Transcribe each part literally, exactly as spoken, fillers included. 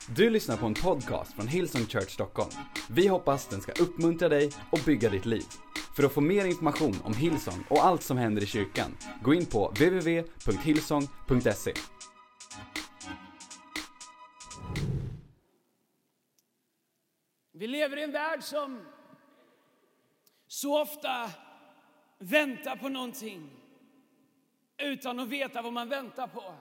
Du lyssnar på en podcast från Hillsong Church Stockholm. Vi hoppas den ska uppmuntra dig och bygga ditt liv. För att få mer information om Hillsong och allt som händer i kyrkan, gå in på w w w punkt hillsong punkt se. Vi lever i en värld som så ofta väntar på någonting utan att veta vad man väntar på.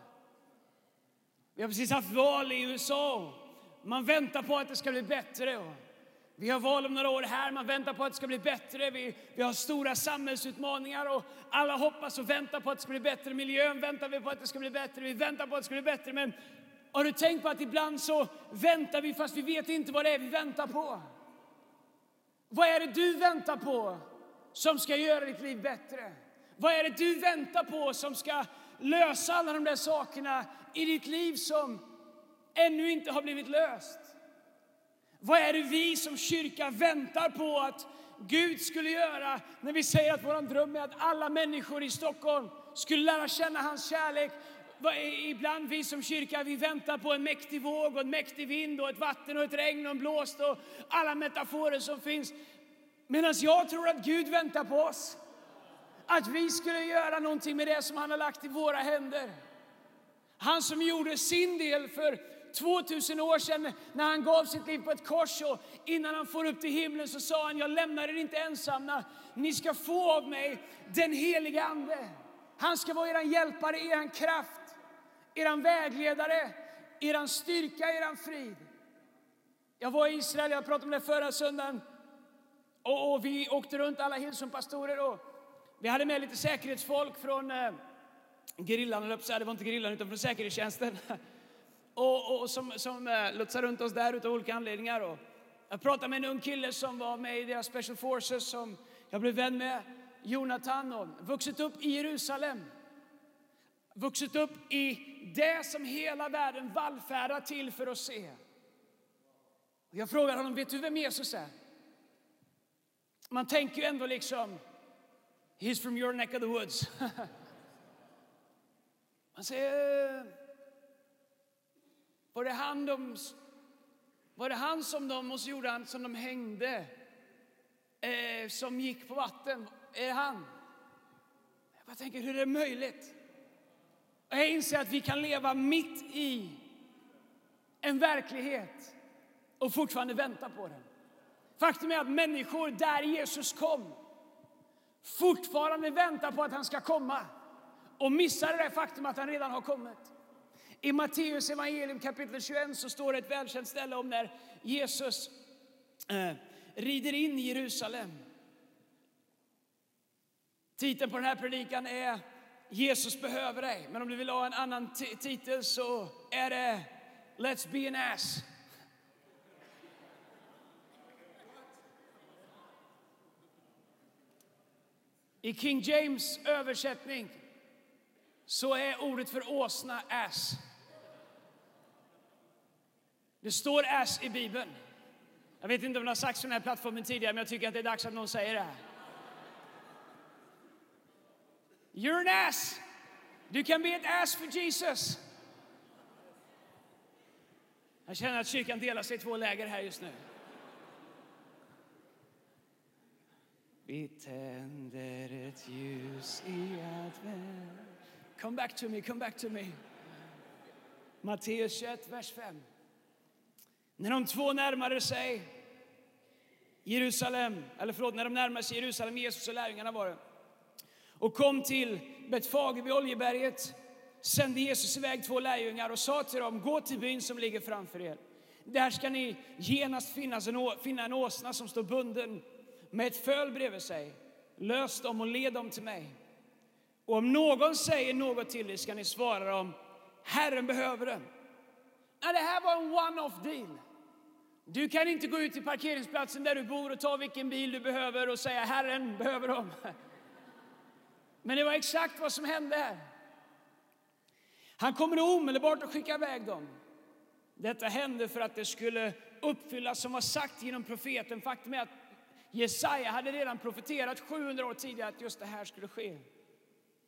Vi har precis haft val i U S A. Man väntar på att det ska bli bättre. Vi har val om några år här. Man väntar på att det ska bli bättre. Vi, vi har stora samhällsutmaningar och alla hoppas och väntar på att det ska bli bättre. Miljön väntar vi på att det ska bli bättre. Vi väntar på att det ska bli bättre. Men har du tänkt på att ibland så väntar vi fast vi vet inte vad det är vi väntar på? Vad är det du väntar på som ska göra ditt liv bättre? Vad är det du väntar på som ska lösa alla de där sakerna i ditt liv som ännu inte har blivit löst? Vad är det vi som kyrka väntar på att Gud skulle göra när vi säger att vår dröm är att alla människor i Stockholm skulle lära känna hans kärlek? Ibland vi som kyrka, vi väntar på en mäktig våg och en mäktig vind och ett vatten och ett regn och en blåst och alla metaforer som finns. Medan jag tror att Gud väntar på oss. Att vi skulle göra någonting med det som han har lagt i våra händer. Han som gjorde sin del för tvåtusen år sedan när han gav sitt liv på ett kors, och innan han får upp till himlen så sa han: jag lämnar er inte ensamma. Ni ska få av mig den heliga ande. Han ska vara eran hjälpare, eran kraft, eran vägledare, eran styrka, eran frid. Jag var i Israel, jag pratade om det förra söndagen. Och, och vi åkte runt alla Hillsong-pastorer och vi hade med lite säkerhetsfolk från eh, gerillan, det var inte gerillan utan från säkerhetstjänsten. Och, och som, som eh, lotsade runt oss där utav olika anledningar. Och jag pratade med en ung kille som var med i deras Special Forces som jag blev vän med, Jonathan, och vuxit upp i Jerusalem. Vuxit upp i det som hela världen vallfärdar till för att se. Och jag frågade honom: vet du vem Jesus är? Man tänker ju ändå liksom, he's from your neck of the woods. Man säger, var det han de, var det han som de, och så gjorde han som de hängde, eh, som gick på vatten? Är det han? Jag bara tänker, hur är det möjligt? Och jag inser att vi kan leva mitt i en verklighet och fortfarande vänta på den. Faktum är att människor där Jesus kom fortfarande väntar på att han ska komma och missar det faktum att han redan har kommit. I Matteus evangelium kapitel tjugoett så står det ett välkänt ställe om när Jesus eh, rider in i Jerusalem. Titeln på den här predikan är Jesus behöver dig. Men om du vill ha en annan t- titel så är det Let's be an ass. I King James översättning så är ordet för åsna ass. Det står ass i Bibeln. Jag vet inte om det har sagts på den här plattformen tidigare, men jag tycker att det är dags att någon säger det här. You're an ass. Du kan bli ett ass för Jesus. Jag känner att kyrkan delar sig i två läger här just nu. Vi tänder ett ljus i advent. Come back to me, come back to me. Matteus tjugoett, vers fem. När de två närmade sig Jerusalem, eller förlåt, när de närmade sig Jerusalem, Jesus och lärjungarna var det, och kom till Betfage vid Oljeberget, sände Jesus iväg två lärjungar och sa till dem: gå till byn som ligger framför er. Där ska ni genast finna en åsna som står bunden med ett föl bredvid sig. Lös dem och led dem till mig. Och om någon säger något till er ska ni svara dem: Herren behöver den. Nej, det här var en one-off deal. Du kan inte gå ut till parkeringsplatsen där du bor och ta vilken bil du behöver och säga: Herren behöver dem. Men det var exakt vad som hände här. Han kommer omedelbart att skicka iväg dem. Detta hände för att det skulle uppfyllas som var sagt genom profeten. Faktum är att Jesaja hade redan profeterat sjuhundra år tidigare att just det här skulle ske.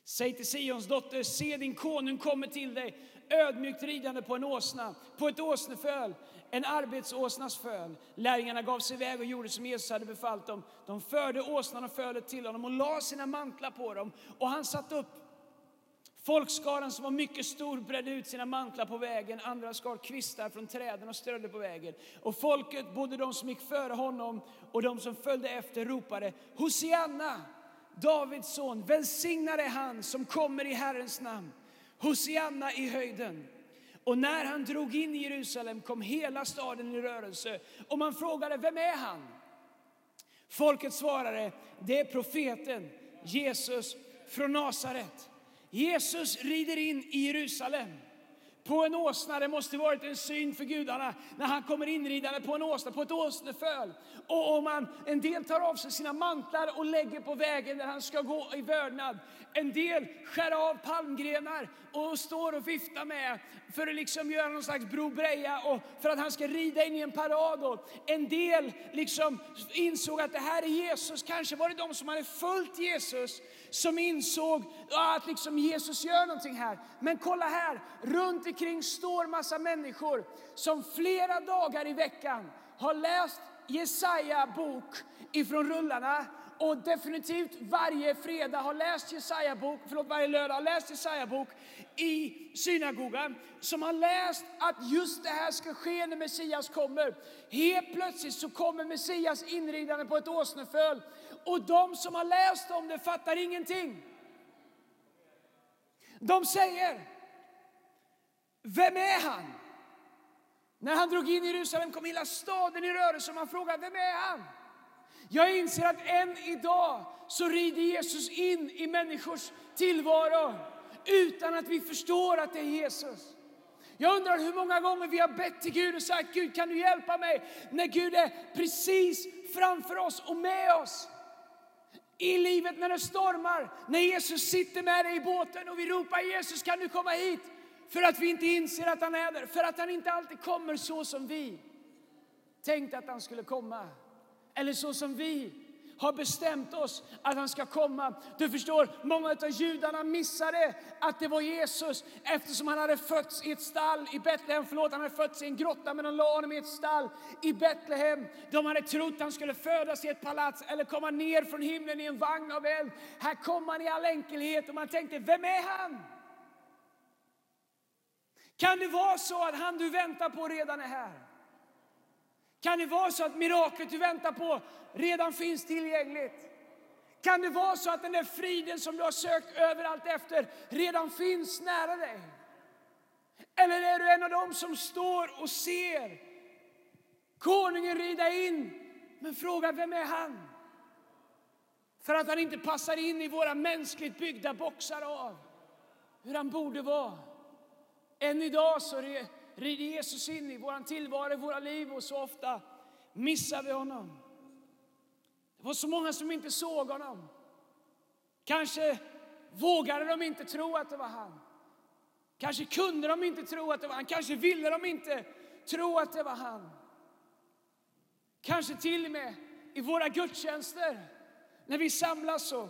Säg till Sions dotter, se din konung kommer till dig, ödmjukt ridande på en åsna, på ett åsneföl, en arbetsåsnas föl. Lärjungarna gav sig iväg och gjorde som Jesus hade befallt dem. De förde åsnan och fölet till honom och la sina mantlar på dem. Och han satt upp. Folkskaran som var mycket stor bredde ut sina mantlar på vägen. Andra skar kvistar från träden och strödde på vägen. Och folket, både de som gick före honom och de som följde efter, ropade: Hosianna, Davids son, välsignad är han som kommer i Herrens namn. Hosianna i höjden. Och när han drog in i Jerusalem kom hela staden i rörelse. Och man frågade, vem är han? Folket svarade, det är profeten Jesus från Nasaret. Jesus rider in i Jerusalem på en åsna. Det måste varit en syn för gudarna när han kommer inridande på en åsna, på ett åsneföl. Och om man, en del tar av sig sina mantlar och lägger på vägen där han ska gå i vördnad. En del skär av palmgrenar och står och viftar med för att liksom göra någon slags brobreja och för att han ska rida in i en parad. Och en del liksom insåg att det här är Jesus. Kanske var det de som hade följt Jesus som insåg att liksom Jesus gör någonting här. Men kolla här, runt omkring står massa människor som flera dagar i veckan har läst Jesaja bok ifrån rullarna. Och definitivt varje fredag har läst Jesaja bok, förlåt varje lördag har läst Jesaja bok i synagogan. Som har läst att just det här ska ske när Messias kommer. Helt plötsligt så kommer Messias inridande på ett åsneföl. Och de som har läst om det fattar ingenting. De säger, vem är han? När han drog in i Jerusalem kom hela staden i rörelse och man frågar, vem är han? Jag inser att än idag så rider Jesus in i människors tillvaro utan att vi förstår att det är Jesus. Jag undrar hur många gånger vi har bett till Gud och sagt, Gud kan du hjälpa mig? När Gud är precis framför oss och med oss. I livet när det stormar, när Jesus sitter med dig i båten och vi ropar, Jesus kan du komma hit? För att vi inte inser att han är där, för att han inte alltid kommer så som vi tänkte att han skulle komma. Eller så som vi har bestämt oss att han ska komma. Du förstår, många av judarna missade att det var Jesus. Eftersom han hade fötts i ett stall i Betlehem. Förlåt, han hade fötts i en grotta men de la honom i ett stall i Betlehem. De hade trott att han skulle födas i ett palats eller komma ner från himlen i en vagn av eld. Här kom han i all enkelhet och man tänkte, vem är han? Kan det vara så att han du väntar på redan är här? Kan det vara så att miraklet du väntar på redan finns tillgängligt? Kan det vara så att den där friden som du har sökt överallt efter redan finns nära dig? Eller är du en av dem som står och ser konungen rida in men frågar, vem är han? För att han inte passar in i våra mänskligt byggda boxar av hur han borde vara. Än idag så rider Jesus in i våran tillvaro, i våra liv och så ofta missar vi honom. Det var så många som inte såg honom. Kanske vågade de inte tro att det var han. Kanske kunde de inte tro att det var han. Kanske ville de inte tro att det var han. Kanske till och med i våra gudstjänster när vi samlas så.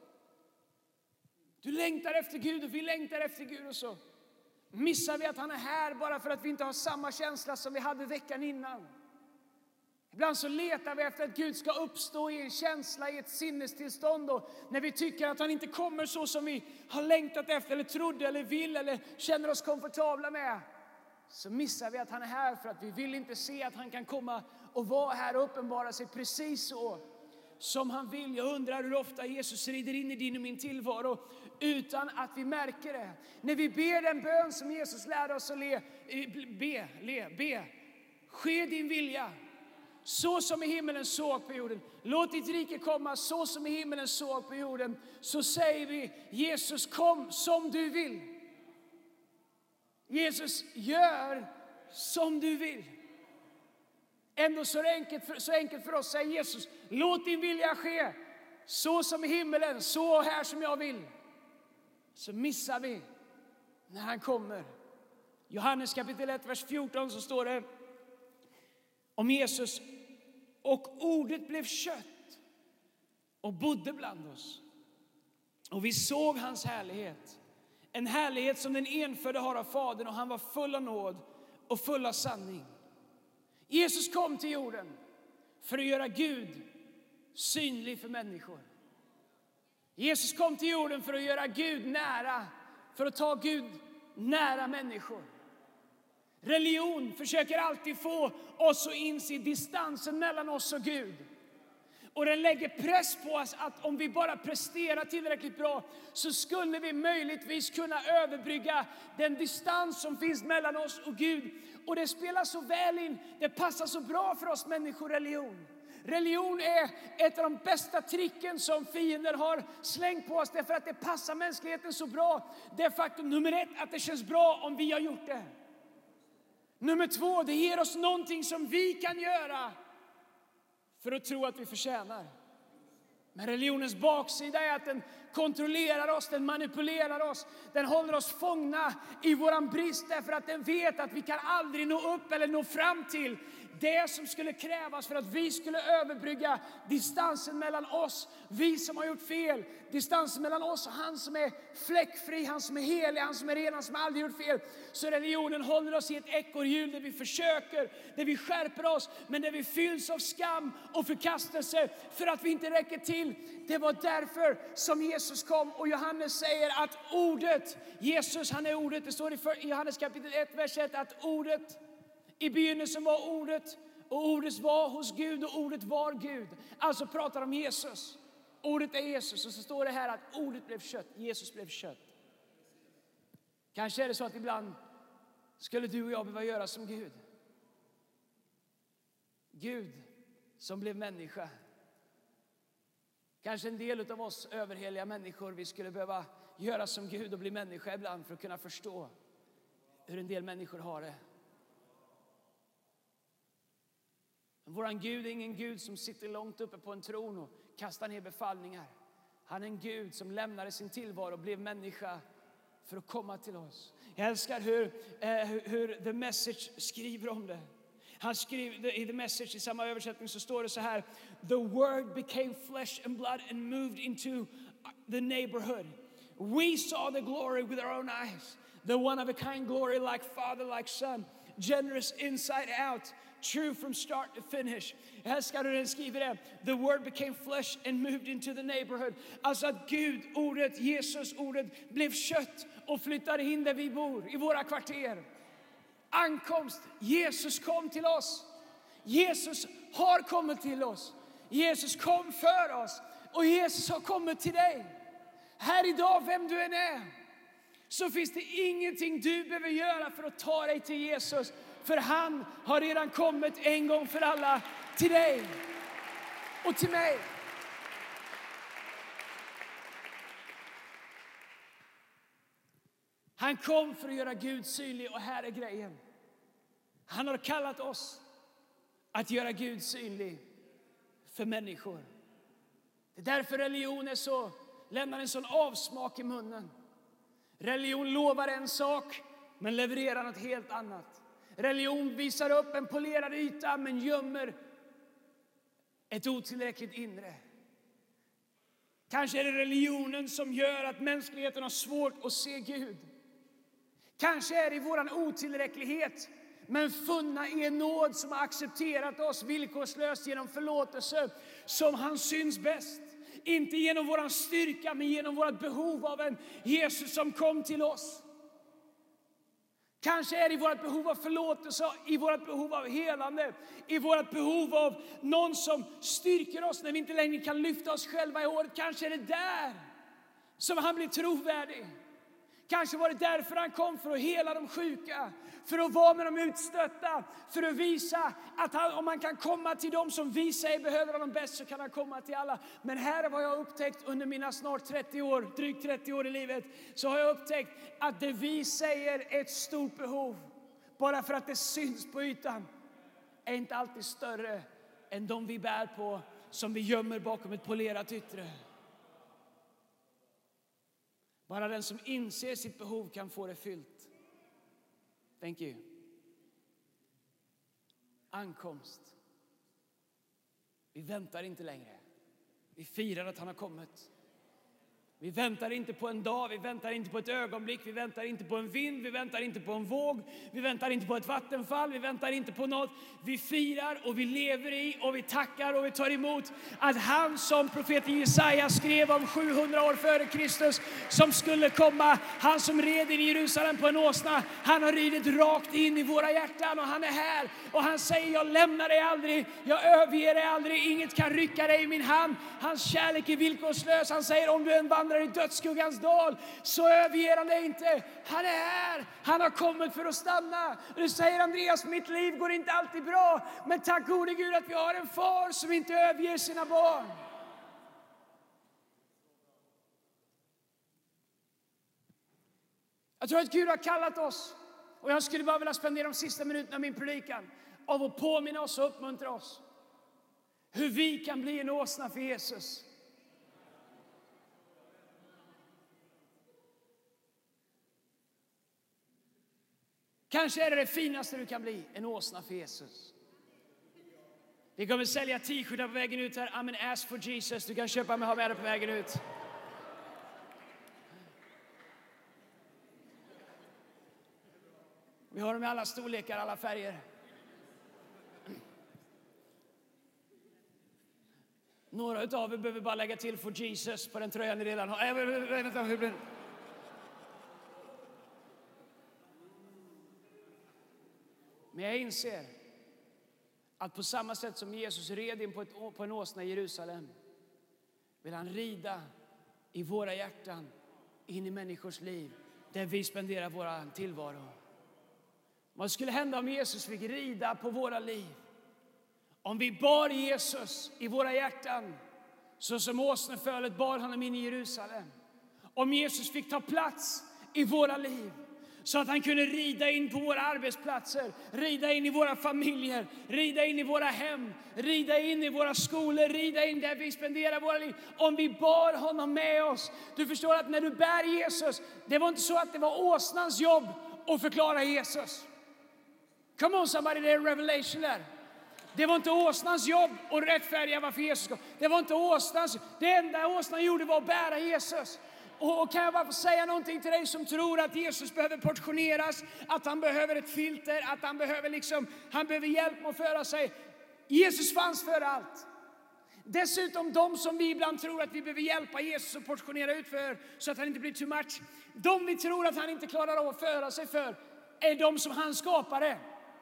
Du längtar efter Gud och vi längtar efter Gud och så. Missar vi att han är här bara för att vi inte har samma känsla som vi hade veckan innan. Ibland så letar vi efter att Gud ska uppstå i en känsla, i ett sinnestillstånd. Och när vi tycker att han inte kommer så som vi har längtat efter eller trodde eller vill eller känner oss komfortabla med. Så missar vi att han är här för att vi vill inte se att han kan komma och vara här och uppenbara sig precis så som han vill. Jag undrar hur ofta Jesus rider in i din och min tillvaro utan att vi märker det. När vi ber den bön som Jesus lärde oss att le, be, le, be. Ske din vilja. Så som i himmelen såg på jorden. Låt ditt rike komma så som i himmelen såg på jorden. Så säger vi, Jesus kom som du vill. Jesus gör som du vill. Ändå så enkelt för, så enkelt för oss säger Jesus, låt din vilja ske så som i himmelen, så här som jag vill. Så missar vi när han kommer. Johannes kapitel ett, vers fjorton så står det om Jesus. Och ordet blev kött och bodde bland oss. Och vi såg hans härlighet. En härlighet som den enfödde har av Fadern, och han var full av nåd och full av sanning. Jesus kom till jorden för att göra Gud synlig för människor. Jesus kom till jorden för att göra Gud nära, för att ta Gud nära människor. Religion försöker alltid få oss att inse distansen mellan oss och Gud. Och den lägger press på oss att om vi bara presterar tillräckligt bra så skulle vi möjligtvis kunna överbrygga den distans som finns mellan oss och Gud. Och det spelar så väl in, det passar så bra för oss människor, religion. Religion är ett av de bästa tricken som fiender har slängt på oss, därför att det passar mänskligheten så bra. Det är faktum nummer ett, att det känns bra om vi har gjort det. Nummer två, det ger oss någonting som vi kan göra för att tro att vi förtjänar. Men religionens baksida är att den kontrollerar oss, den manipulerar oss. Den håller oss fångna i våran brist, därför att den vet att vi kan aldrig nå upp eller nå fram till det som skulle krävas för att vi skulle överbrygga distansen mellan oss, vi som har gjort fel. Distansen mellan oss och han som är fläckfri, han som är helig, han som är ren, han som aldrig gjort fel. Så religionen håller oss i ett ekorrhjul där vi försöker, där vi skärper oss, men där vi fylls av skam och förkastelse för att vi inte räcker till. Det var därför som Jesus kom, och Johannes säger att ordet, Jesus han är ordet, det står i Johannes kapitel ett, vers ett, att ordet, i begynnelsen var ordet, och ordet var hos Gud, och ordet var Gud. Alltså pratar om Jesus. Ordet är Jesus, och så står det här att ordet blev kött, Jesus blev kött. Kanske är det så att ibland skulle du och jag behöva göra som Gud. Gud som blev människa. Kanske en del av oss överheliga människor, vi skulle behöva göra som Gud och bli människa ibland för att kunna förstå hur en del människor har det. Men våran Gud är ingen Gud som sitter långt uppe på en tron och kastar ner befallningar. Han är en Gud som lämnade sin tillvaro och blev människa för att komma till oss. Jag älskar hur, eh, hur The Message skriver om det. Han skriver i The Message, i samma översättning så står det så här: The word became flesh and blood and moved into the neighborhood. We saw the glory with our own eyes. The one of a kind glory, like father, like son. Generous inside out. True from start to finish. Jag älskar hur den skriver det. The word became flesh and moved into the neighborhood. Alltså att Gud, ordet, Jesus, ordet blev kött och flyttade in där vi bor, i våra kvarter. Ankomst. Jesus kom till oss. Jesus har kommit till oss. Jesus kom för oss. Och Jesus har kommit till dig. Här idag, vem du än är, så finns det ingenting du behöver göra för att ta dig till Jesus. För han har redan kommit en gång för alla till dig och till mig. Han kom för att göra Gud synlig, och här är grejen. Han har kallat oss att göra Gud synlig för människor. Det är därför religion är så, lämnar en sån avsmak i munnen. Religion lovar en sak men levererar något helt annat. Religion visar upp en polerad yta men gömmer ett otillräckligt inre. Kanske är det religionen som gör att mänskligheten har svårt att se Gud. Kanske är det våran otillräcklighet, men funna i en nåd som har accepterat oss villkorslöst genom förlåtelse, som han syns bäst. Inte genom våran styrka, men genom vårt behov av en Jesus som kom till oss. Kanske är det i vårt behov av förlåtelse, i vårt behov av helande, i vårt behov av någon som styrker oss när vi inte längre kan lyfta oss själva i håret. Kanske är det där som han blir trovärdig. Kanske var det därför han kom, för att hela de sjuka, för att vara med de utstötta, för att visa att han, om man kan komma till dem som vi säger behöver honom bäst, så kan han komma till alla. Men här är vad jag har upptäckt under mina snart trettio år, drygt trettio år i livet, så har jag upptäckt att det vi säger är ett stort behov, bara för att det syns på ytan, är inte alltid större än de vi bär på, som vi gömmer bakom ett polerat yttre. Bara den som inser sitt behov kan få det fyllt. Thank you. Ankomst. Vi väntar inte längre. Vi firar att han har kommit. Vi väntar inte på en dag, vi väntar inte på ett ögonblick, vi väntar inte på en vind, vi väntar inte på en våg, vi väntar inte på ett vattenfall, vi väntar inte på något. Vi firar och vi lever i och vi tackar och vi tar emot att han som profeten Jesaja skrev om sjuhundra år före Kristus som skulle komma, han som red in i Jerusalem på en åsna, han har ridit rakt in i våra hjärtan och han är här. Och han säger, jag lämnar dig aldrig, jag överger dig aldrig, inget kan rycka dig i min hand. Hans kärlek är villkorslös. Han säger, om du än vandrar i dödsskuggans dal så överger han dig inte. Han är här, han har kommit för att stanna. Och du säger, Andreas, mitt liv går inte alltid bra, men tack gode Gud att vi har en far som inte överger sina barn. Jag tror att Gud har kallat oss, och jag skulle bara vilja spendera de sista minuterna av min predikan av att påminna oss och uppmuntra oss hur vi kan bli en åsna för Jesus. Kanske är det det finaste du kan bli, en åsna för Jesus. Vi kommer sälja t-shirtar på vägen ut här. I'm an ass for Jesus. Du kan köpa med, ha med det på vägen ut. Vi har dem i alla storlekar, alla färger. Några utav er behöver bara lägga till for Jesus på den tröjan ni redan har. Men jag inser att på samma sätt som Jesus red in på, ett, på en åsna i Jerusalem vill han rida i våra hjärtan in i människors liv där vi spenderar våra tillvaro. Vad skulle hända om Jesus fick rida på våra liv? Om vi bar Jesus i våra hjärtan så som åsnefölet bar honom in i Jerusalem. Om Jesus fick ta plats i våra liv så att han kunde rida in på våra arbetsplatser, rida in i våra familjer, rida in i våra hem, rida in i våra skolor, rida in där vi spenderar våra liv. Om vi bar honom med oss. Du förstår att när du bär Jesus, det var inte så att det var åsnans jobb att förklara Jesus. Come on somebody, det är revelation där. Det var inte åsnans jobb att rättfärdiga varför Jesus kom. Det var inte åsnans. Det enda åsnan gjorde var att bära Jesus. Och, och kan jag bara få säga någonting till dig som tror att Jesus behöver portioneras, att han behöver ett filter, att han behöver liksom, han behöver hjälp med att föra sig. Jesus fanns för allt. Dessutom de som vi ibland tror att vi behöver hjälpa Jesus att portionera ut för så att han inte blir too much. De vi tror att han inte klarar av att föra sig för är de som han skapade.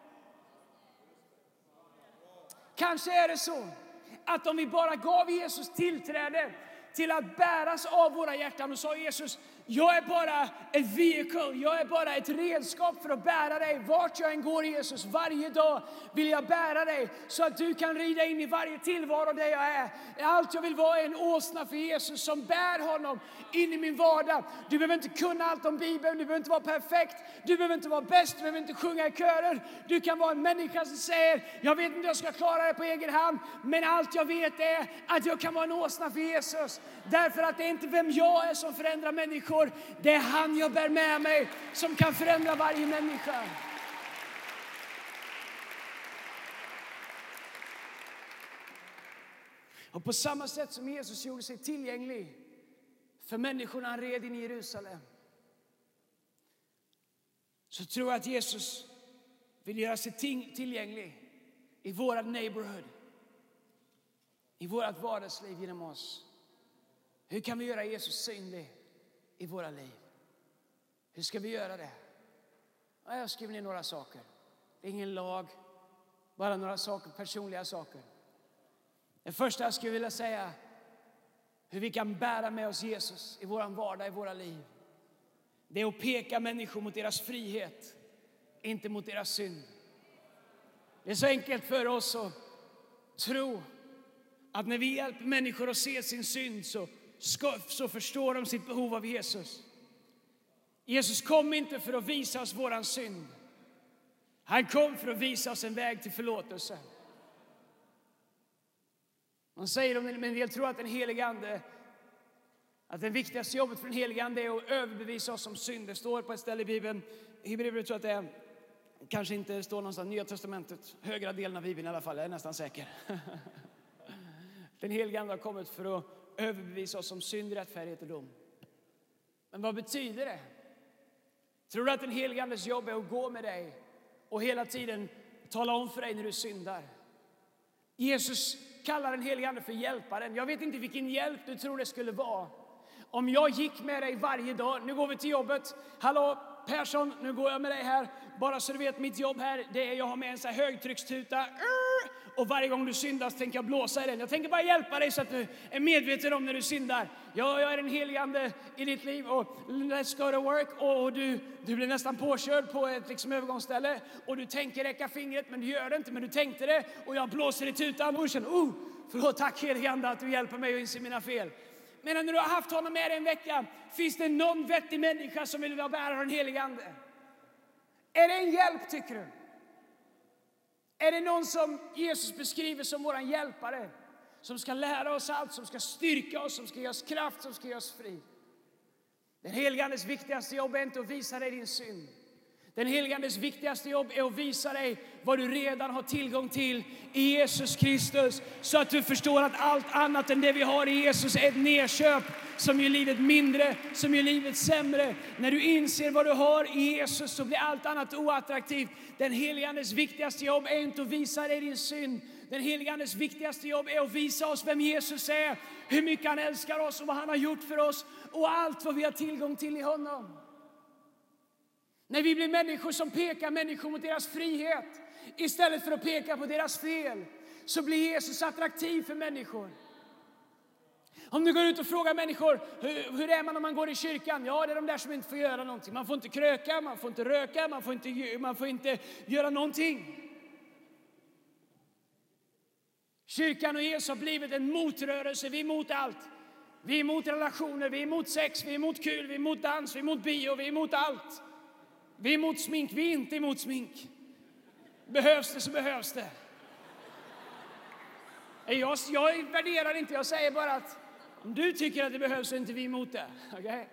Kanske är det så att om vi bara gav Jesus tillträde till att bäras av våra hjärtan och sa Jesus, jag är bara ett vehicle, jag är bara ett redskap för att bära dig. Vart jag än går Jesus, varje dag vill jag bära dig så att du kan rida in i varje tillvaro där jag är. Allt jag vill vara är en åsna för Jesus som bär honom in i min vardag. Du behöver inte kunna allt om Bibeln, du behöver inte vara perfekt, du behöver inte vara bäst, du behöver inte sjunga i körer. Du kan vara en människa som säger, jag vet inte om jag ska klara det på egen hand, men allt jag vet är att jag kan vara en åsna för Jesus. Därför att det är inte vem jag är som förändrar människor, det är han jag bär med mig som kan förändra varje människa. Och på samma sätt som Jesus gjorde sig tillgänglig för människorna han red in i Jerusalem, så tror jag att Jesus vill göra sig tillgänglig i vårat neighborhood, i vårat vardagsliv genom oss. Hur kan vi göra Jesus synlig i våra liv? Hur ska vi göra det? Ja, jag skriver ner några saker. Det är ingen lag, bara några saker, personliga saker. Det första jag skulle vilja säga, hur vi kan bära med oss Jesus i våran vardag, i våra liv. Det är att peka människor mot deras frihet, inte mot deras synd. Det är så enkelt för oss att tro att när vi hjälper människor att se sin synd så, ska, så förstår de sitt behov av Jesus. Jesus kom inte för att visa oss våran synd. Han kom för att visa oss en väg till förlåtelse. Man säger om en del tror att den helige ande, att det viktigaste jobbet för den helige ande är att överbevisa oss om synd. Det står på ett ställe i Bibeln, i Hebreerbrevet tror jag att det är, kanske inte står någonstans, Nya testamentet, högra delen av Bibeln i alla fall, jag är nästan säker. Den helige ande har kommit för att överbevisa oss om synd, rättfärdighet och dom. Men vad betyder det? Tror du att den helige Andes jobb är att gå med dig och hela tiden tala om för dig när du syndar? Jesus kallar den helige Ande för hjälparen. Jag vet inte vilken hjälp du tror det skulle vara. Om jag gick med dig varje dag, nu går vi till jobbet. Hallå Persson, nu går jag med dig här. Bara så du vet, mitt jobb här, det är jag har med en så här högtryckstuta. Och varje gång du syndas tänker jag blåsa i den. Jag tänker bara hjälpa dig så att du är medveten om när du syndar. Ja, jag är den helige Ande i ditt liv och let's go to work. Och du, du blir nästan påkörd på ett liksom övergångsställe. Och du tänker räcka fingret, men du gör det inte. Men du tänkte det och jag blåser i tutan och känner, oh, förlåt, tack helige Ande att du hjälper mig att inse mina fel. Men när du har haft honom med dig en vecka, finns det någon vettig människa som vill vara bärare av den helige Ande? Är det en hjälp, tycker du? Är det någon som Jesus beskriver som våran hjälpare? Som ska lära oss allt, som ska styrka oss, som ska ge oss kraft, som ska ge oss fri. Den helige Andes viktigaste jobb är inte att visa dig din synd. Den helige Andes viktigaste jobb är att visa dig vad du redan har tillgång till i Jesus Kristus. Så att du förstår att allt annat än det vi har i Jesus är ett nedköp som gör livet mindre, som gör livet sämre. När du inser vad du har i Jesus så blir allt annat oattraktivt. Den helige Andes viktigaste jobb är inte att visa dig din synd. Den helige Andes viktigaste jobb är att visa oss vem Jesus är, hur mycket han älskar oss och vad han har gjort för oss och allt vad vi har tillgång till i honom. När vi blir människor som pekar människor mot deras frihet istället för att peka på deras fel, så blir Jesus attraktiv för människor. Om du går ut och frågar människor, hur, hur är man om man går i kyrkan? Ja, det är de där som inte får göra någonting. Man får inte kröka, man får inte röka, man får inte, man får inte göra någonting. Kyrkan och Jesus har blivit en motrörelse. Vi är emot allt. Vi är emot relationer, vi är emot sex, vi är emot kul, vi är emot dans, vi är emot bio, vi är emot allt. Vi är emot smink, vi är inte emot smink. Behövs det så behövs det. Jag, jag värderar inte, jag säger bara att om du tycker att det behövs så är inte vi emot det. Okay?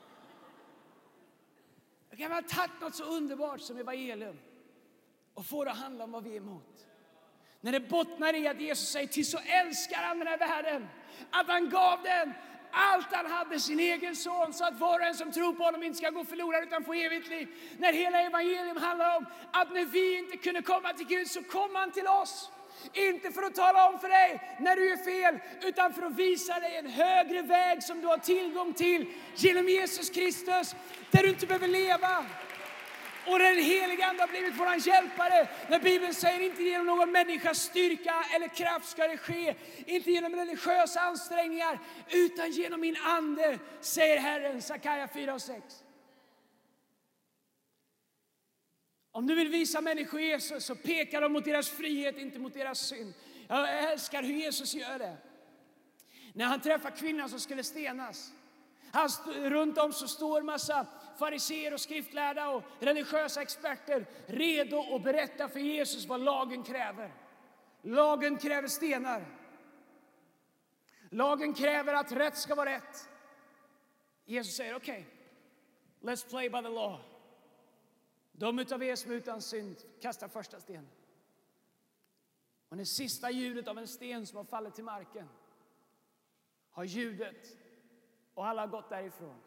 Jag kan väl ha tagit något så underbart som evangelium och få det att handla om vad vi är emot. När det bottnar i att Jesus säger till så älskar han den här världen att han gav den allt han hade, sin egen son, så att var och en som tror på honom inte ska gå förlorad utan få evigt liv. När hela evangelium handlar om att när vi inte kunde komma till Gud så kom han till oss. Inte för att tala om för dig när du är fel, utan för att visa dig en högre väg som du har tillgång till genom Jesus Kristus, där du inte behöver leva. Och den heliga Ande har blivit våran hjälpare. När Bibeln säger inte genom någon människas styrka eller kraft ska det ske. Inte genom religiösa ansträngningar, utan genom min ande, säger Herren. Sakaja fyra och sex. Om du vill visa människor Jesus så pekar de mot deras frihet, inte mot deras synd. Jag älskar hur Jesus gör det. När han träffar kvinnan som skulle stenas. Han, runt om så står massa fariseer och skriftlärda och religiösa experter redo att berätta för Jesus vad lagen kräver. Lagen kräver stenar. Lagen kräver att rätt ska vara rätt. Jesus säger okej, okay, let's play by the law. De utav er som utan synd kastar första sten. Och när sista ljudet av en sten som har fallit till marken har ljudet och alla har gått därifrån,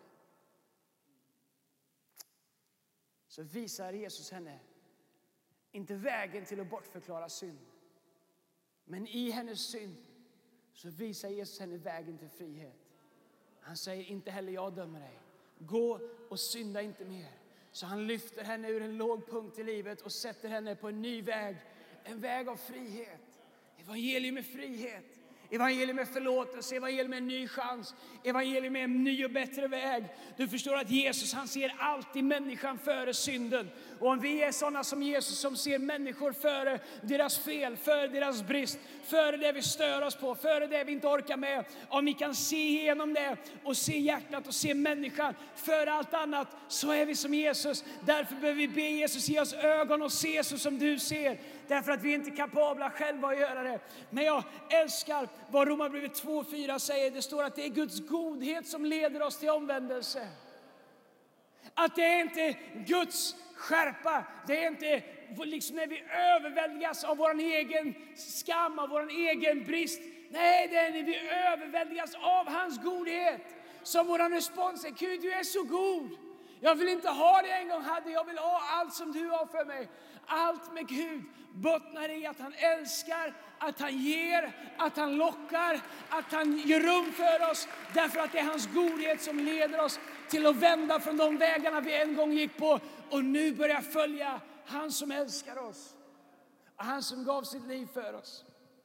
så visar Jesus henne inte vägen till att bortförklara synd. Men i hennes synd så visar Jesus henne vägen till frihet. Han säger inte heller jag dömer dig. Gå och synda inte mer. Så han lyfter henne ur en låg punkt i livet och sätter henne på en ny väg. En väg av frihet. Evangelium är frihet. Evangelium är förlåtelse, evangelium är en ny chans, evangelium är en ny och bättre väg. Du förstår att Jesus, han ser alltid människan före synden. Och om vi är sådana som Jesus som ser människor före deras fel, före deras brist, före det vi stör oss på, före det vi inte orkar med. Om vi kan se igenom det och se hjärtat och se människan före allt annat, så är vi som Jesus. Därför behöver vi be Jesus ge oss ögon och se så som du ser. Därför att vi inte är kapabla själva att göra det. Men jag älskar vad Romarbrevet två fyra säger. Det står att det är Guds godhet som leder oss till omvändelse. Att det är inte Guds skärpa. Det är inte liksom när vi överväldigas av vår egen skam, av vår egen brist. Nej, det är när vi överväldigas av hans godhet. som vår respons är: Gud, du är så god. Jag vill inte ha det jag en gång hade, jag vill ha allt som du har för mig. Allt med Gud bottnar i att han älskar, att han ger, att han lockar, att han gör rum för oss. Därför att det är hans godhet som leder oss till att vända från de vägarna vi en gång gick på och nu börja följa han som älskar oss. Och han som gav sitt liv för oss.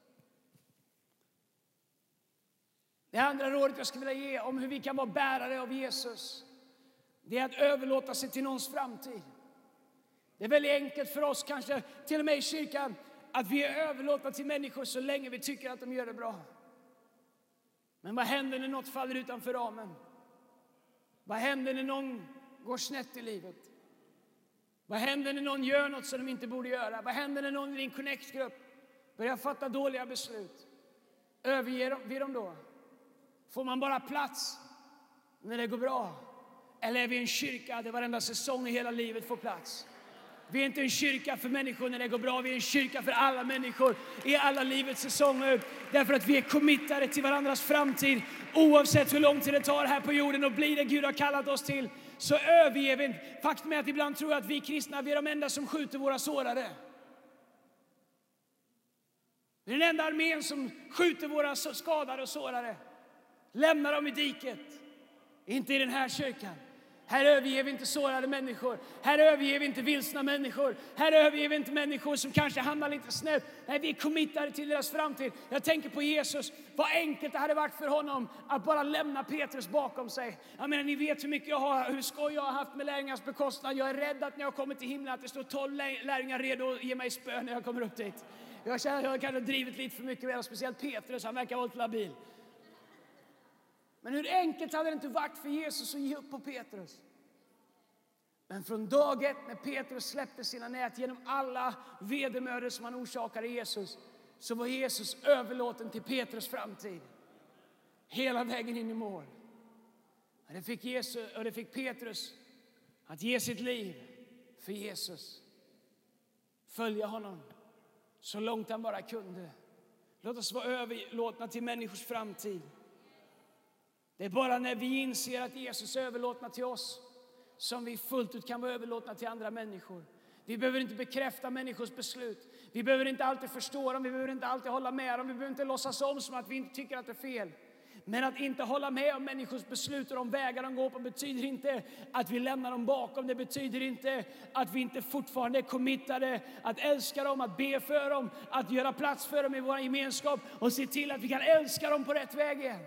Det andra rådet jag skulle vilja ge om hur vi kan vara bärare av Jesus, det är att överlåta sig till någons framtid. Det är väldigt enkelt för oss, kanske till och med i kyrkan, att vi är överlåtna till människor så länge vi tycker att de gör det bra. Men vad händer när något faller utanför ramen? Vad händer när någon går snett i livet? Vad händer när någon gör något som de inte borde göra? Vad händer när någon i din connect-grupp börjar fatta dåliga beslut? Överger vi dem då? Får man bara plats när det går bra? Eller är vi en kyrka där varenda säsong i hela livet får plats? Vi är inte en kyrka för människor när det går bra. Vi är en kyrka för alla människor i alla livets säsonger. Därför att vi är committade till varandras framtid. Oavsett hur lång tid det tar här på jorden och blir det Gud har kallat oss till, så överger vi inte. Faktum är att ibland tror jag att vi kristna, vi är de enda som skjuter våra sårare. Vi är den enda armén som skjuter våra skadade och sårare. Lämnar dem i diket. Inte i den här kyrkan. Här överger vi inte sårade människor. Här överger vi inte vilsna människor. Här överger vi inte människor som kanske hamnar lite snett. Nej, vi är committade till deras framtid. Jag tänker på Jesus. Vad enkelt det hade varit för honom att bara lämna Petrus bakom sig. Jag menar, ni vet hur mycket jag har, hur skoj jag har haft med lärjungarnas bekostnad. Jag är rädd att när jag kommer till himlen att det står tolv lärjungar redo att ge mig spö när jag kommer upp dit. Jag känner att jag kanske har drivit lite för mycket med, speciellt Petrus. Han verkar vara labil. Men hur enkelt hade det inte varit för Jesus att ge upp på Petrus? Men från dag ett när Petrus släppte sina nät genom alla vedermödor som han orsakade Jesus, så var Jesus överlåten till Petrus framtid. Hela vägen in i mål. Och det fick, Jesus, och det fick Petrus att ge sitt liv för Jesus. Följa honom så långt han bara kunde. Låt oss vara överlåtna till människors framtid. Det är bara när vi inser att Jesus är överlåtna till oss som vi fullt ut kan vara överlåtna till andra människor. Vi behöver inte bekräfta människors beslut. Vi behöver inte alltid förstå dem. Vi behöver inte alltid hålla med dem. Vi behöver inte låtsas om som att vi inte tycker att det är fel. Men att inte hålla med om människors beslut och de vägar de går på betyder inte att vi lämnar dem bakom. Det betyder inte att vi inte fortfarande är committade att älska dem, att be för dem, att göra plats för dem i vår gemenskap och se till att vi kan älska dem på rätt väg igen.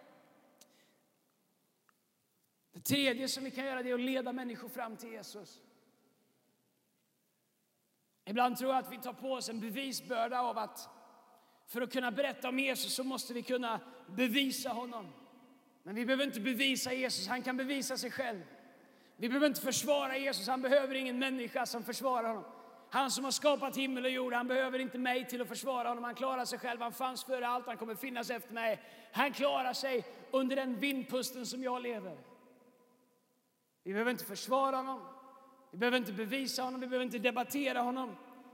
Det tredje som vi kan göra, det är att leda människor fram till Jesus. Ibland tror jag att vi tar på oss en bevisbörda av att för att kunna berätta om Jesus så måste vi kunna bevisa honom. Men vi behöver inte bevisa Jesus, han kan bevisa sig själv. Vi behöver inte försvara Jesus, han behöver ingen människa som försvarar honom. Han som har skapat himmel och jord, han behöver inte mig till att försvara honom. Han klarar sig själv, han fanns före allt, han kommer finnas efter mig. Han klarar sig under den vindpusten som jag lever. Vi behöver inte försvara honom. Vi behöver inte bevisa honom. Vi behöver inte debattera honom.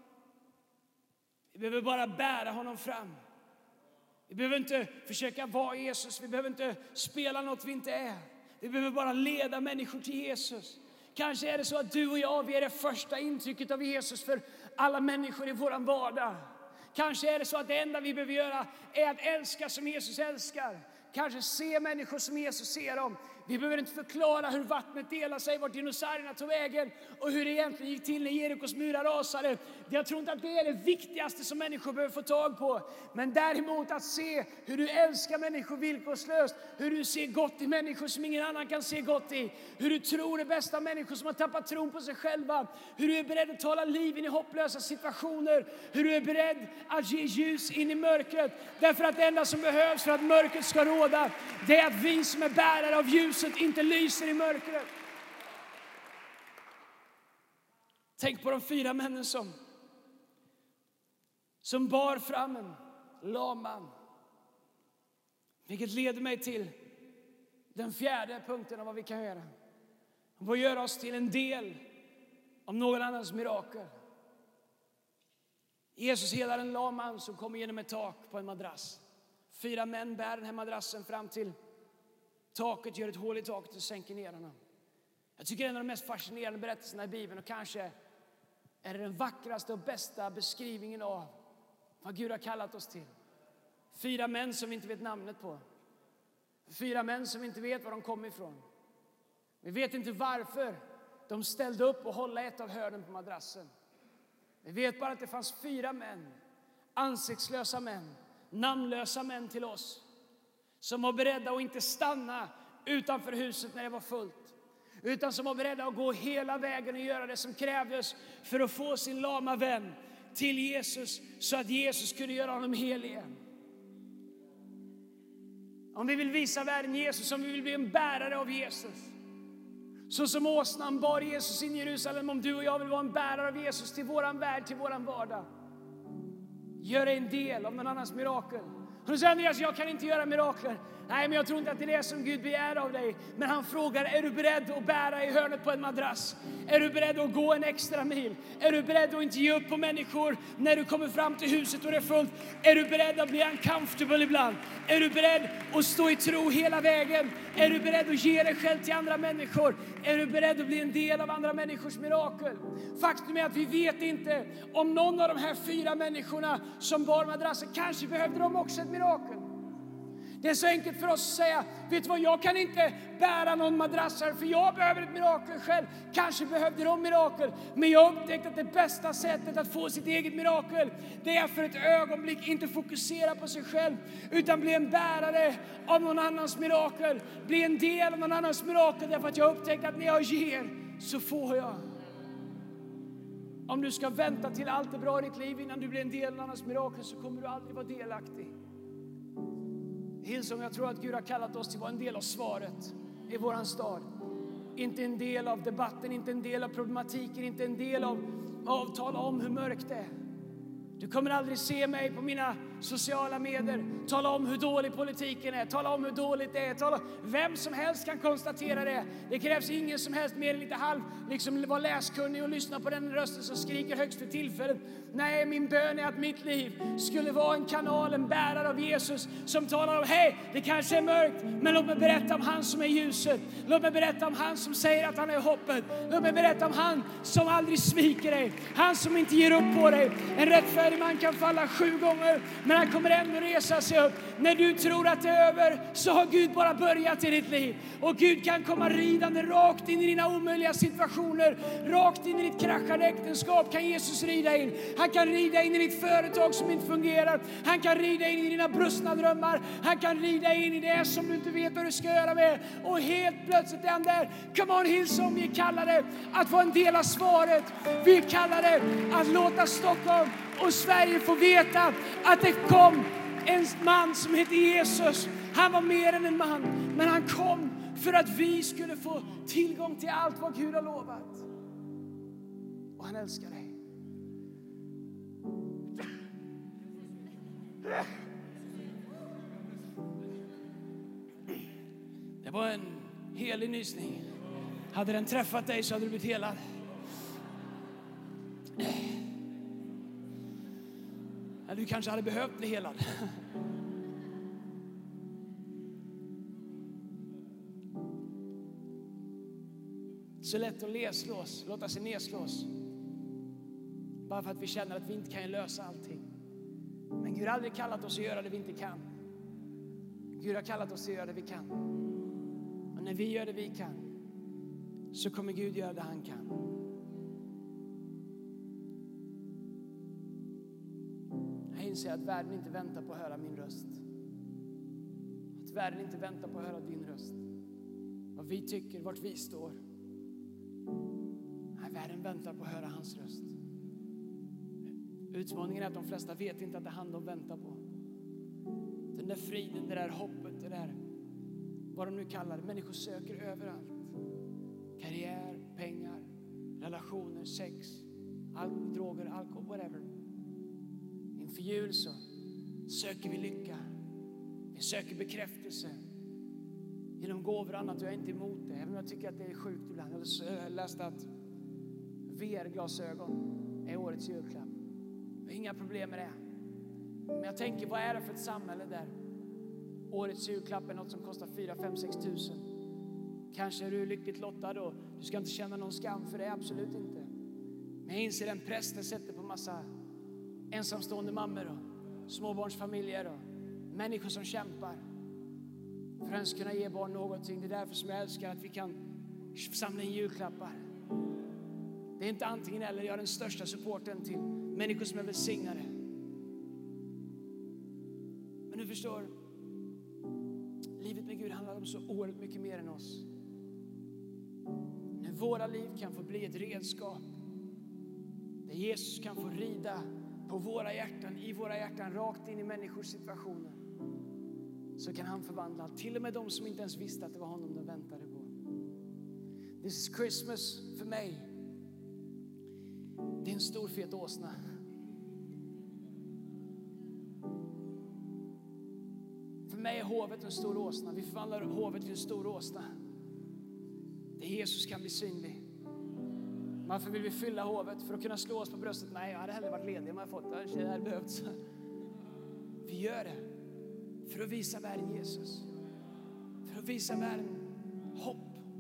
Vi behöver bara bära honom fram. Vi behöver inte försöka vara Jesus. Vi behöver inte spela något vi inte är. Vi behöver bara leda människor till Jesus. Kanske är det så att du och jag, vi är det första intrycket av Jesus för alla människor i våran vardag. Kanske är det så att det enda vi behöver göra är att älska som Jesus älskar. Kanske se människor som Jesus ser dem. Vi behöver inte förklara hur vattnet delar sig, vart dinosaurierna tog vägen och hur det egentligen gick till när Jerikos murar rasade. Jag tror inte att det är det viktigaste som människor behöver få tag på. Men däremot att se hur du älskar människor villkorslöst. Hur du ser gott i människor som ingen annan kan se gott i. Hur du tror det bästa människor som har tappat tron på sig själva. Hur du är beredd att tala liv in i hopplösa situationer. Hur du är beredd att ge ljus in i mörkret. Därför att det enda som behövs för att mörkret ska råda, det är att vi som är bärare av ljus inte lyser i mörkret. Tänk på de fyra männen som som bar fram en lam man. Vilket leder mig till den fjärde punkten av vad vi kan göra. Och vad göra oss till en del av någon annans mirakel. Jesus helar en lam man som kommer genom ett tak på en madrass. Fyra män bär den här madrassen fram till taket, gör ett hål i taket och sänker ner honom. Jag tycker det är en av de mest fascinerande berättelserna i Bibeln, och kanske är det den vackraste och bästa beskrivningen av vad Gud har kallat oss till. Fyra män som vi inte vet namnet på. Fyra män som vi inte vet var de kom ifrån. Vi vet inte varför de ställde upp och hålla ett av hörnen på madrassen. Vi vet bara att det fanns fyra män, ansiktslösa män, namnlösa män till oss, som var beredda att inte stanna utanför huset när det var fullt, utan som var beredda att gå hela vägen och göra det som krävdes för att få sin lama vän till Jesus, så att Jesus kunde göra honom hel igen. Om vi vill visa världen Jesus, om vi vill bli en bärare av Jesus, så som åsnan bar Jesus in i Jerusalem, om du och jag vill vara en bärare av Jesus till våran värld, till våran vardag, gör en del av någon annans mirakel. Och du säger, Andreas, jag kan inte göra mirakler. Nej, men jag tror inte att det är det som Gud begär av dig. Men han frågar, är du beredd att bära i hörnet på en madrass? Är du beredd att gå en extra mil? Är du beredd att inte ge upp på människor när du kommer fram till huset och det är fullt? Är du beredd att bli uncomfortable ibland? Är du beredd att stå i tro hela vägen? Är du beredd att ge dig själv till andra människor? Är du beredd att bli en del av andra människors mirakel? Faktum är att vi vet inte om någon av de här fyra människorna som bar madrassen, kanske behövde de också ett mirakel. Det är så enkelt för oss att säga, vet du vad, jag kan inte bära någon madrassar för jag behöver ett mirakel själv. Kanske behövde de mirakel, men jag upptäckte att det bästa sättet att få sitt eget mirakel, det är för ett ögonblick inte fokusera på sig själv, utan bli en bärare av någon annans mirakel. Bli en del av någon annans mirakel, därför att jag upptäckte att när jag ger så får jag. Om du ska vänta till allt är bra i ditt liv innan du blir en del av någon annans mirakel, så kommer du aldrig vara delaktig. Hillsong, jag tror att Gud har kallat oss till att vara en del av svaret i våran stad. Inte en del av debatten, inte en del av problematiken, inte en del av att tala om hur mörkt det är. Du kommer aldrig se mig på mina sociala medier tala om hur dålig politiken är, tala om hur dåligt det är. Tala, vem som helst kan konstatera det. Det krävs ingen som helst mer än lite halv, liksom vara läskunnig och lyssna på den rösten som skriker högst för tillfället. Nej, min bön är att mitt liv skulle vara en kanal, en bärare av Jesus som talar om, hej, det kanske är mörkt, men låt mig berätta om han som är ljuset. Låt mig berätta om han som säger att han är hoppet. Låt mig berätta om han som aldrig sviker dig. Han som inte ger upp på dig. En rättfärdig man kan falla sju gånger, men han kommer ändå resa sig upp. När du tror att det är över, så har Gud bara börjat i ditt liv. Och Gud kan komma ridande rakt in i dina omöjliga situationer. Rakt in i ditt kraschade äktenskap kan Jesus rida in. Han kan rida in i ditt företag som inte fungerar. Han kan rida in i dina brustna drömmar. Han kan rida in i det som du inte vet vad du ska göra med. Och helt plötsligt är han där. Come on Hillsong, vi kallar det att vara en del av svaret. Vi kallar det att låta Stockholm och Sverige få veta att det kom en man som heter Jesus. Han var mer än en man, men han kom för att vi skulle få tillgång till allt vad Gud har lovat. Och han älskar dig. Det var en helig nysning. Hade den träffat dig så hade du blivit helad. Eller du kanske hade behövt bli helad. Så lätt att nedslås, låta sig nedslås. Bara för att vi känner att vi inte kan lösa allting. Men Gud har aldrig kallat oss att göra det vi inte kan. Gud har kallat oss att göra det vi kan. Och när vi gör det vi kan, så kommer Gud göra det han kan. Jag inser att världen inte väntar på att höra min röst. Att världen inte väntar på att höra din röst. Vad vi tycker, vart vi står. Nej, världen väntar på att höra hans röst. Utmaningen är att de flesta vet inte att det är han de väntar på. Den där friden, det där hoppet, det där, vad de nu kallar det. Människor söker överallt. Karriär, pengar, relationer, sex, al- droger, alkohol, whatever. Inför jul så söker vi lycka. Vi söker bekräftelse. Genom gåvor och annat, och jag är inte emot det. Även om jag tycker att det är sjukt ibland. Jag har läst att V R-glasögon är årets julklapp. Jag har inga problem med det. Men jag tänker, vad är det för ett samhälle där Årets julklapp är något som kostar fyra, fem, sex tusen. Kanske är du lyckligt lottad och du ska inte känna någon skam för det, absolut inte. Men jag inser den press det sätter på massa ensamstående mammor och småbarnsfamiljer och människor som kämpar för att ens kunna ge barn någonting. Det är därför som jag älskar att vi kan samla in julklappar. Det är inte antingen eller. Jag är den största supporten till människor som är välsignade. Men du förstår, livet med Gud handlar om så oerhört mycket mer än oss. När våra liv kan få bli ett redskap där Jesus kan få rida på våra hjärtan, i våra hjärtan, rakt in i människors situationer, så kan han förvandla till och med de som inte ens visste att det var honom de väntade på. This is Christmas för mig. Det är en stor fet åsna. För mig är hovet en stor åsna. Vi förvandlar hovet till en stor åsna. Där Jesus kan bli synlig. Varför vill vi fylla hovet? För att kunna slå oss på bröstet? Nej, jag hade hellre varit ledig om jag fått det. Det hade behövts. Vi gör det för att visa världen Jesus. För att visa världen hopp.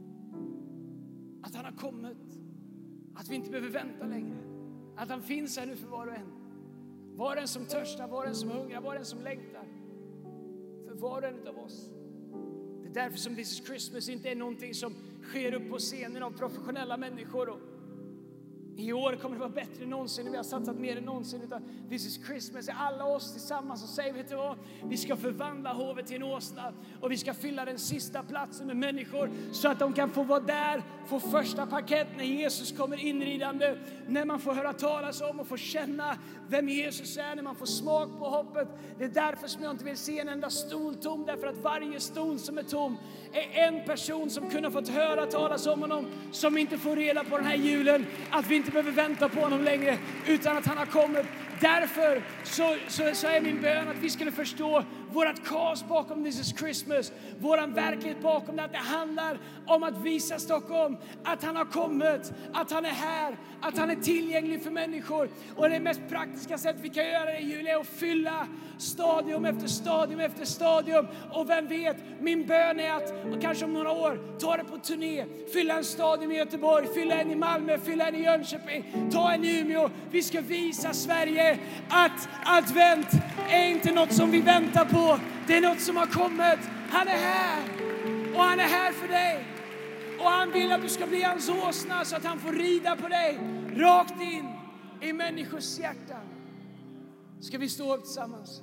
Att han har kommit. Att vi inte behöver vänta längre. Att han finns här nu för var och en. Var en som törstar, var en som hungrar, var en som längtar. För var och en av oss. Det är därför som This is Christmas inte är någonting som sker upp på scenen av professionella människor. Och i år kommer det vara bättre än någonsin. Vi har satsat mer än någonsin. Utan This is Christmas är alla oss tillsammans och säger, vet du vad? Vi ska förvandla hovet till en åsna. Och vi ska fylla den sista platsen med människor. Så att de kan få vara där. Få första parkett när Jesus kommer inridande. När man får höra talas om och får känna vem Jesus är. När man får smak på hoppet. Det är därför som jag inte vill se en enda stol tom. Därför att varje stol som är tom är en person som kunde fått höra talas om honom. Som inte får reda på den här julen. Att vi inte behöver vänta på honom längre, utan att han har kommit. Därför så, så, så är min bön att vi skulle förstå vårat kaos bakom This is Christmas. Våran verklighet bakom det. Att det handlar om att visa Stockholm att han har kommit. Att han är här. Att han är tillgänglig för människor. Och det mest praktiska sätt vi kan göra det i jul är att fylla stadium efter stadium efter stadium. Och vem vet, min bön är att kanske om några år ta det på turné. Fylla en stadium i Göteborg. Fylla en i Malmö. Fylla en i Jönköping. Ta en i Umeå. Vi ska visa Sverige att advent är inte något som vi väntar på. Det är något som har kommit. Han är här. Och han är här för dig. Och han vill att du ska bli hans åsna så att han får rida på dig. Rakt in i människors hjärtan. Ska vi stå upp tillsammans?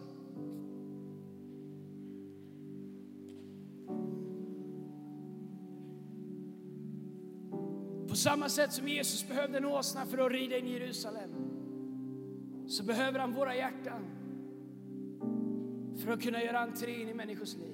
På samma sätt som Jesus behövde en åsna för att rida in i Jerusalem, så behöver han våra hjärtan för att kunna göra entré in i människors liv.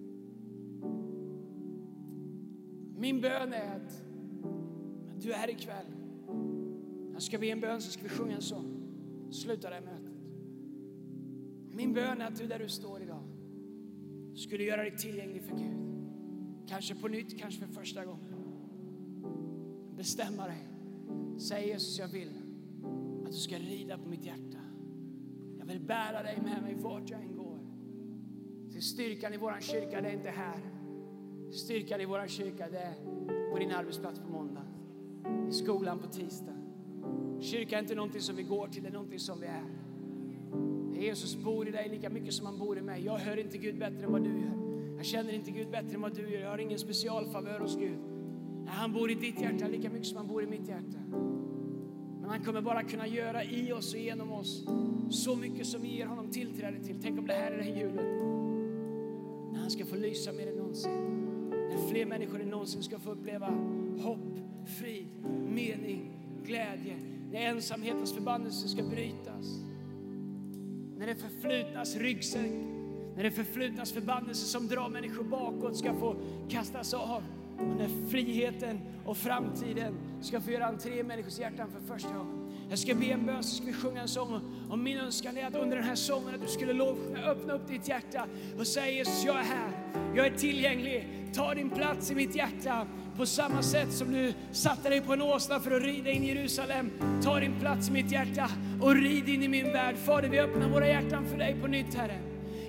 Min bön är att du är här ikväll. Jag ska be en bön, så ska vi sjunga en sång. Sluta det här mötet. Min bön är att du där du står idag skulle göra dig tillgänglig för Gud. Kanske på nytt, kanske för första gången. Bestämma dig. Säg Jesus, jag vill att du ska rida på mitt hjärta. Jag vill bära dig med mig vart jag än går. Så styrkan i våran kyrka, det är inte här. Styrkan i våran kyrka, det är på din arbetsplats på måndag. I skolan på tisdag. Kyrka är inte någonting som vi går till, det är någonting som vi är. Jesus bor i dig lika mycket som han bor i mig. Jag hör inte Gud bättre än vad du gör. Jag känner inte Gud bättre än vad du gör. Jag har ingen specialfavör hos Gud. Han bor i ditt hjärta lika mycket som han bor i mitt hjärta. Men han kommer bara kunna göra i oss och genom oss så mycket som vi ger honom tillträde till. Tänk om det här är den julen. När han ska få lysa mer än någonsin. När fler människor än någonsin ska få uppleva hopp, frid, mening, glädje. När ensamhetens förbannelse ska brytas. När det förflutnas ryggsäck. När det förflutnas förbannelse som drar människor bakåt ska få kastas av. Och när friheten och framtiden ska få göra entré i människors hjärtan för första gången. Jag ska be en bön, så ska vi sjunga en sång. Och min önskan är att under den här sången att du skulle lovsjunga, öppna upp ditt hjärta och säga Jesus, jag är här. Jag är tillgänglig. Ta din plats i mitt hjärta. På samma sätt som du satte dig på en åsna för att rida in i Jerusalem. Ta din plats i mitt hjärta och rid in i min värld. Fader, vi öppnar våra hjärtan för dig på nytt, Herre.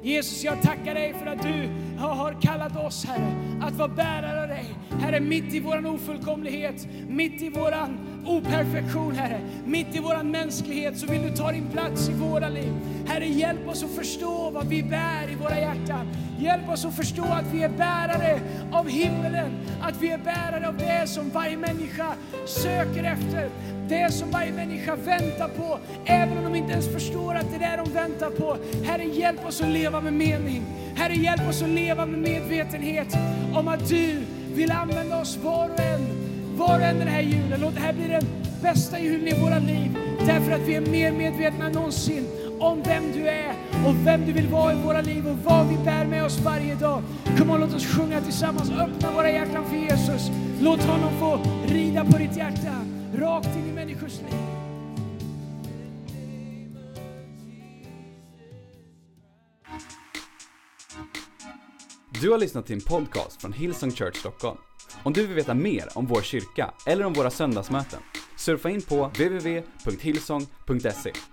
Jesus, jag tackar dig för att du har kallat oss, Herre, att vara bärare av dig. Herre, mitt i våran ofullkomlighet, mitt i våran operfektion, Herre, mitt i våran mänsklighet, så vill du ta din plats i våra liv. Herre, hjälp oss att förstå vad vi bär i våra hjärtan. Hjälp oss att förstå att vi är bärare av himmelen, att vi är bärare av det som varje människa söker efter, det som varje människa väntar på, även om de inte ens förstår att det är det de väntar på. Herre, hjälp oss att leva med mening. Herre, hjälp oss att leva med medvetenhet om att du vill använda oss var och en, var och en den här julen. Låt det här bli den bästa julen i våra liv, därför att vi är mer medvetna än någonsin om vem du är och vem du vill vara i våra liv och vad vi bär med oss varje dag. Kom och låt oss sjunga tillsammans. Öppna våra hjärtan för Jesus. Låt honom få rida på ditt hjärta, rakt in i människors liv. Du har lyssnat till en podcast från Hillsong Church Stockholm. Om du vill veta mer om vår kyrka eller om våra söndagsmöten, surfa in på w w w punkt hillsong punkt se.